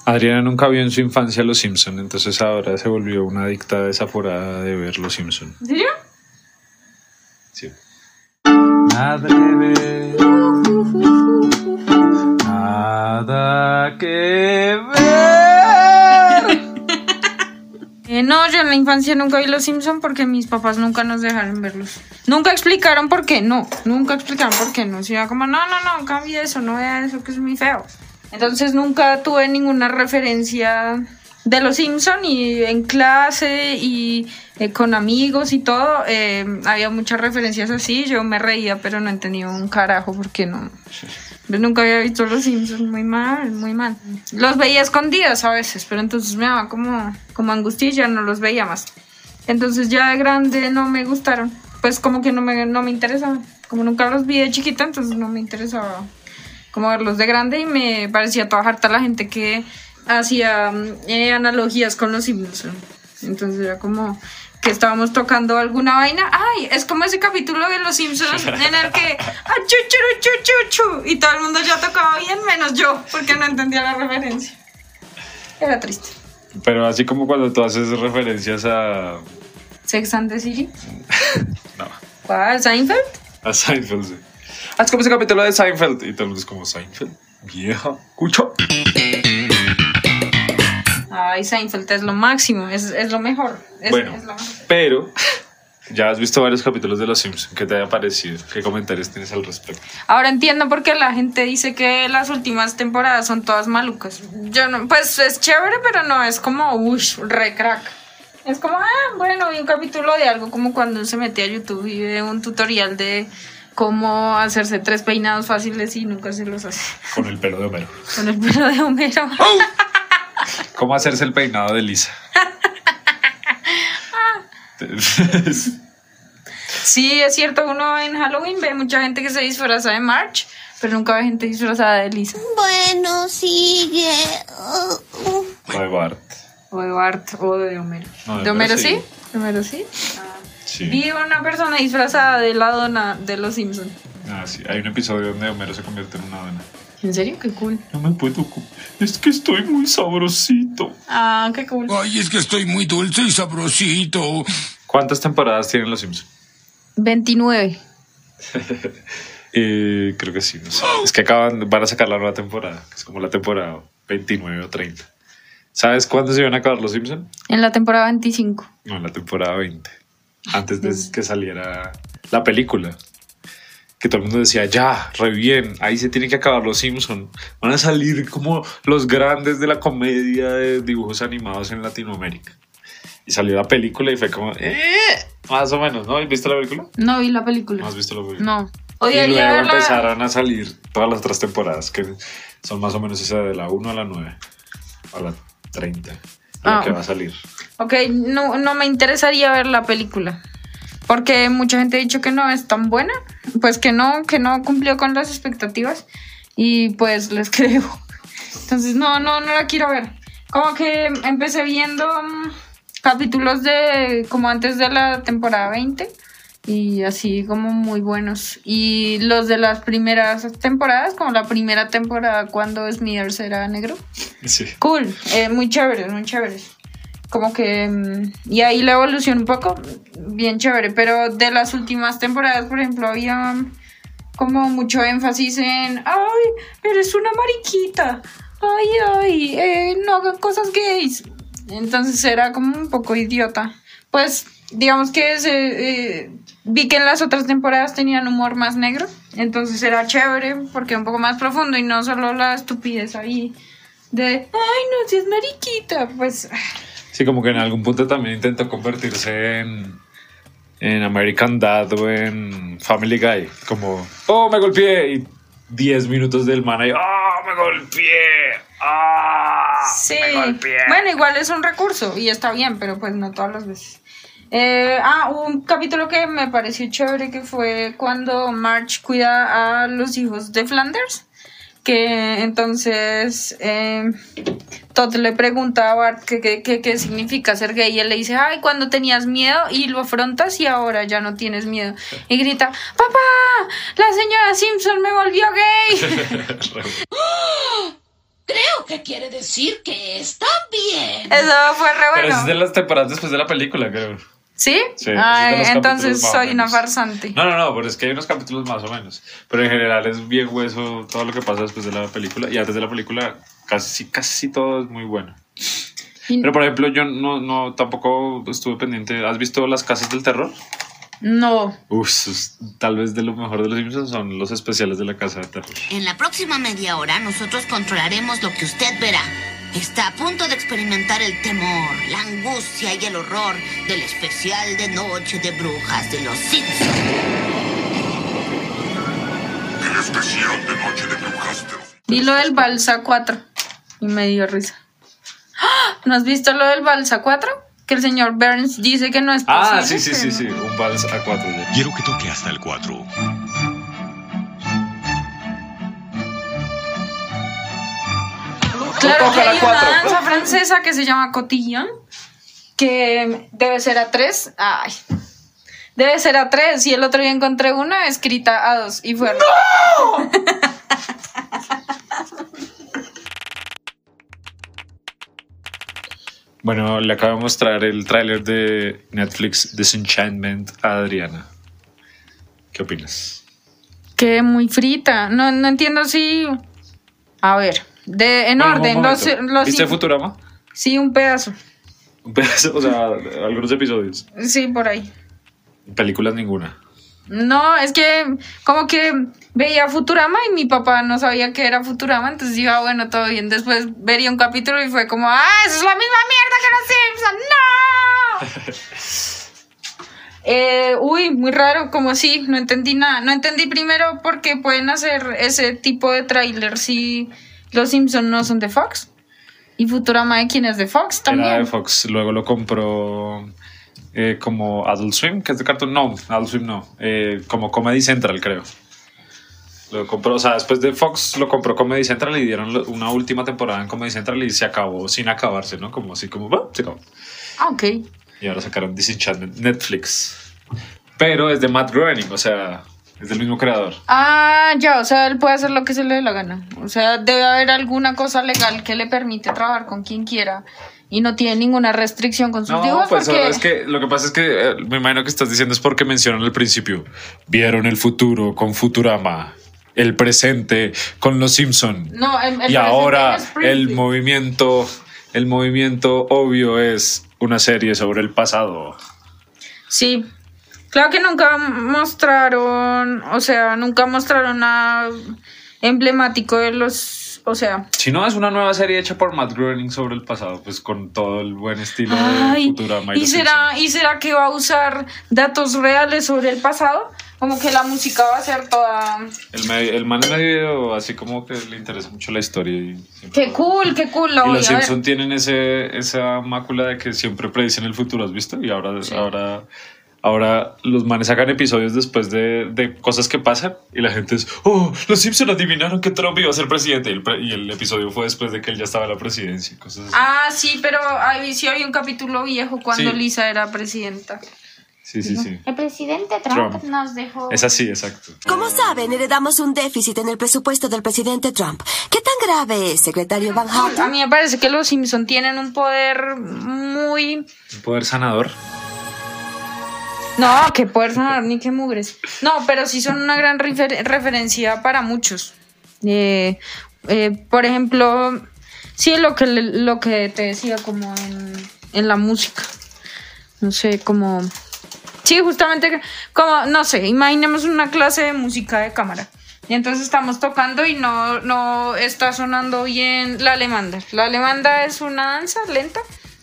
Adriana nunca vio en su infancia Los Simpson, entonces ahora se volvió una adicta desaforada de ver Los Simpson. ¿En serio? Sí. Nada que ver. Nada que ver. No, yo en la infancia nunca vi Los Simpson porque mis papás nunca nos dejaron verlos. Nunca explicaron por qué no. O sea, como, no, cambie eso, no vea eso que es muy feo. Entonces nunca tuve ninguna referencia de Los Simpson y en clase y con amigos y todo. Había muchas referencias así. Yo me reía, pero no entendía un carajo porque no. Yo nunca había visto Los Simpson, muy mal, muy mal. Los veía escondidas a veces, pero entonces me daba como angustia y ya no los veía más. Entonces ya de grande no me gustaron. Pues como que no me interesaban. Como nunca los vi de chiquita, entonces no me interesaba como verlos de grande y me parecía toda harta la gente que hacía analogías con Los Simpson. Entonces era como que estábamos tocando alguna vaina. Ay, es como ese capítulo de Los Simpsons en el que chu, y todo el mundo ya tocaba bien menos yo, porque no entendía la referencia. Era triste. Pero así como cuando tú haces referencias a... ¿Sex and the City? No. ¿Cuál? ¿Seinfeld? A Seinfeld, sí. Es como ese capítulo de Seinfeld. Y todo el mundo es como, Seinfeld, vieja, escucho. Ay, Seinfeld es lo máximo, es lo mejor. Bueno, es lo mejor. Pero ya has visto varios capítulos de Los Simpsons. ¿Qué te haya parecido? ¿Qué comentarios tienes al respecto? Ahora entiendo por qué la gente dice que las últimas temporadas son todas malucas. Yo no, pues es chévere, pero no es como, re crack. Es como, bueno, vi un capítulo de algo, como cuando se mete a YouTube y ve un tutorial de cómo hacerse 3 peinados fáciles y nunca se los hace. Con el pelo de Homero. Con el pelo de Homero. ¿Cómo hacerse el peinado de Lisa? Sí, es cierto, uno en Halloween ve mucha gente que se disfraza de Marge, pero nunca ve gente disfrazada de Lisa. Bueno, sigue. O de Bart. O de Bart o de Homero. No, ¿De Homero sí? ¿De Homero sí? Sí. Vi una persona disfrazada de la dona de Los Simpsons. Sí. Hay un episodio donde Homero se convierte en una dona. ¿En serio? Qué cool. No me puedo... Es que estoy muy sabrosito. Ah, qué cool. Ay, es que estoy muy dulce y sabrosito. ¿Cuántas temporadas tienen Los Simpsons? 29. Creo que sí, no sé. Es que van a sacar la nueva temporada, que es como la temporada 29 o 30. ¿Sabes cuándo se iban a acabar Los Simpsons? En la temporada 25. No, en la temporada 20. Antes de que saliera la película. Que todo el mundo decía, ya, re bien, ahí se tiene que acabar Los Simpsons. Van a salir como los grandes de la comedia de dibujos animados en Latinoamérica. Y salió la película y fue como, más o menos, ¿no? ¿Has visto la película? No vi la película. ¿No has visto la película? No. Y luego empezaron a salir todas las otras temporadas, que son más o menos esa de la 1 a la 9, a la 30, la que va a salir. Ok, no me interesaría ver la película. Porque mucha gente ha dicho que no es tan buena. Pues que no cumplió con las expectativas. Y pues les creo. Entonces no la quiero ver. Como que empecé viendo capítulos de como antes de la temporada 20. Y así como muy buenos. Y los de las primeras temporadas, como la primera temporada cuando Smithers era negro. Sí. Cool, muy chévere, muy chévere. Como que... y ahí la evolución un poco, bien chévere. Pero de las últimas temporadas, por ejemplo, había como mucho énfasis en... ¡Ay, eres una mariquita! ¡Ay, no hagan cosas gays! Entonces era como un poco idiota. Pues, digamos que vi que en las otras temporadas tenían humor más negro. Entonces era chévere porque un poco más profundo y no solo la estupidez ahí de... ¡Ay, no, si es mariquita! Pues... Sí, como que en algún punto también intentó convertirse en American Dad o en Family Guy. Como, ¡oh, me golpeé! Y 10 minutos del man ahí, ¡oh, me golpeé! ¡Ah! Sí, me golpeé! Bueno, igual es un recurso y está bien, pero pues no todas las veces. Hubo un capítulo que me pareció chévere que fue cuando Marge cuida a los hijos de Flanders. Que entonces Todd le pregunta a Bart qué significa ser gay y él le dice, ay, cuando tenías miedo y lo afrontas y ahora ya no tienes miedo. Y grita, papá, la señora Simpson me volvió gay. Creo que quiere decir que está bien. Eso fue re Pero bueno. es de las temporadas después de la película, creo. ¿Sí? Sí, es de Ay, los entonces capítulos más o soy una menos. farsante. No, pero es que hay unos capítulos más o menos. Pero en general es bien hueso todo lo que pasa después de la película. Y antes de la película casi todo es muy bueno. Y- Pero por ejemplo, yo no tampoco estuve pendiente. ¿Has visto Las Casas del Terror? No. Tal vez de lo mejor de los Simpsons son los especiales de la Casa del Terror. En la próxima media hora nosotros controlaremos lo que usted verá. Está a punto de experimentar el temor, la angustia y el horror del especial de Noche de Brujas de los Simpsons. El especial de Noche de Brujas de los... Vi lo del Balsa 4 y me dio risa. ¡Ah! ¿No has visto lo del Balsa 4? Que el señor Burns dice que no es posible. Sí. Un vals a 4 ya. Quiero que toque hasta el 4. Claro que Toca la hay una 4. danza francesa que se llama cotillon, que debe ser a 3. Ay. Debe ser a 3 y el otro día encontré una escrita a 2 y fue... ¡No! Bueno, le acabo de mostrar el tráiler de Netflix Disenchantment a Adriana. ¿Qué opinas? Que muy frita. No entiendo si... A ver, en Bueno, orden. un momento. ¿Viste Futurama? Sí, un pedazo. Un pedazo, o sea, algunos episodios. Sí, por ahí. Películas ninguna. No, es que como que veía Futurama y mi papá no sabía que era Futurama, entonces yo, bueno, todo bien. Después vería un capítulo y fue como, ¡ah, eso es la misma mierda que los Simpsons! ¡No! Uy, muy raro, como así, no entendí nada. No entendí primero por qué pueden hacer ese tipo de tráiler si los Simpsons no son de Fox. Y Futurama de quién es de Fox también. Era de Fox, luego lo compró como Adult Swim, que es de Cartoon. No, Adult Swim no. Como Comedy Central, creo. Lo compró, o sea, después de Fox lo compró Comedy Central y dieron una última temporada en Comedy Central y se acabó sin acabarse, ¿no? Como así, como, se acabó. Ah, ok. Y ahora sacaron Disenchantment Netflix. Pero es de Matt Groening, o sea, es del mismo creador. Ah, ya, o sea, él puede hacer lo que se le dé la gana. O sea, debe haber alguna cosa legal que le permite trabajar con quien quiera y no tiene ninguna restricción con sus No, dibujos. pues porque... es que lo que pasa es que me imagino que estás diciendo es porque mencionan al principio. Vieron el futuro con Futurama, el presente con los Simpson. No, el Y presente ahora es Springfield. el movimiento obvio es una serie sobre el pasado. Sí. Claro que nunca mostraron, o sea, nunca mostraron nada emblemático de los, o sea... Si no, es una nueva serie hecha por Matt Groening sobre el pasado, pues con todo el buen estilo de Ay, Futurama y ¿y los será que va a usar datos reales sobre el pasado? Como que la música va a ser toda... Simpsons. El man en medio así como que le interesa mucho la historia. ¡Qué cool, la Y voy los a ver! Simpsons tienen esa mácula de que siempre predicen el futuro, ¿has visto? Y ahora los manes sacan episodios después de cosas que pasan y la gente es, oh, los Simpsons adivinaron que Trump iba a ser presidente y el episodio fue después de que él ya estaba en la presidencia y cosas así. Ah, sí, pero sí había un capítulo viejo cuando Sí. Lisa era presidenta. Sí. El presidente Trump Trump. nos dejó... Es así, exacto. Como saben, heredamos un déficit en el presupuesto del presidente Trump. ¿Qué tan grave es, secretario Van A Houten? mí me parece que los Simpson tienen un poder muy... Un poder sanador. No, que poder sanar, ni que mugres. No, pero sí son una gran referencia para muchos. Por ejemplo, sí, lo que te decía como en la música. No sé, como... Sí, justamente como, no sé, imaginemos una clase de música de cámara. Y entonces estamos tocando y no está sonando bien la alemanda. La alemanda es una danza lenta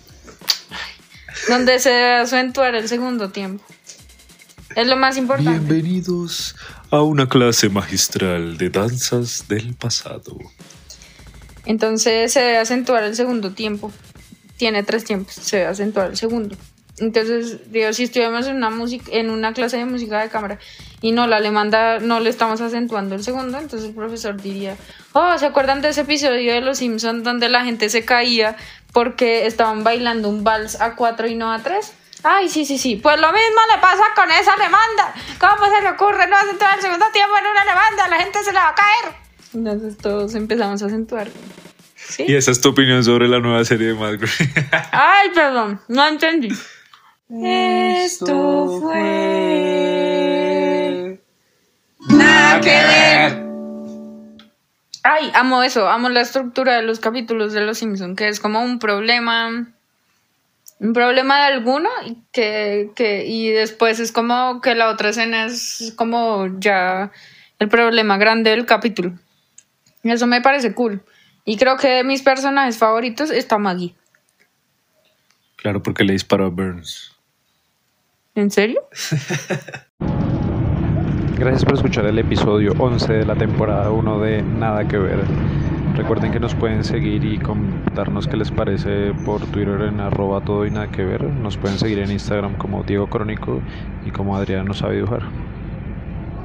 donde se debe acentuar el segundo tiempo. Es lo más importante. Bienvenidos a una clase magistral de danzas del pasado. Entonces se debe acentuar el segundo tiempo. Tiene 3 tiempos, se debe acentuar el segundo. Entonces, digo, si estuviéramos en una clase de música de cámara y no, la alemanda no le estamos acentuando el segundo, entonces el profesor diría, oh, ¿se acuerdan de ese episodio de Los Simpsons donde la gente se caía porque estaban bailando un vals a 4 y no a 3? Ay, sí. Pues lo mismo le pasa con esa alemanda. ¿Cómo se le ocurre no acentuar el segundo tiempo en una alemanda? La gente se le va a caer. Entonces todos empezamos a acentuar ¿Sí? Y esa es tu opinión sobre la nueva serie de Matt Groening. Ay, perdón, no entendí. Esto fue... Nada que ver. Ay, amo eso, amo la estructura de los capítulos de Los Simpson, que es como un problema de alguno y después es como que la otra escena es como ya el problema grande del capítulo. Eso me parece cool. Y creo que de mis personajes favoritos está Maggie. Claro, porque le disparó a Burns. ¿En serio? Gracias por escuchar el episodio 11 de la temporada 1 de Nada que Ver. Recuerden que nos pueden seguir y contarnos qué les parece por Twitter en @todo y nada que ver. Nos pueden seguir en Instagram como Diego Crónico y como Adrián no sabe dibujar.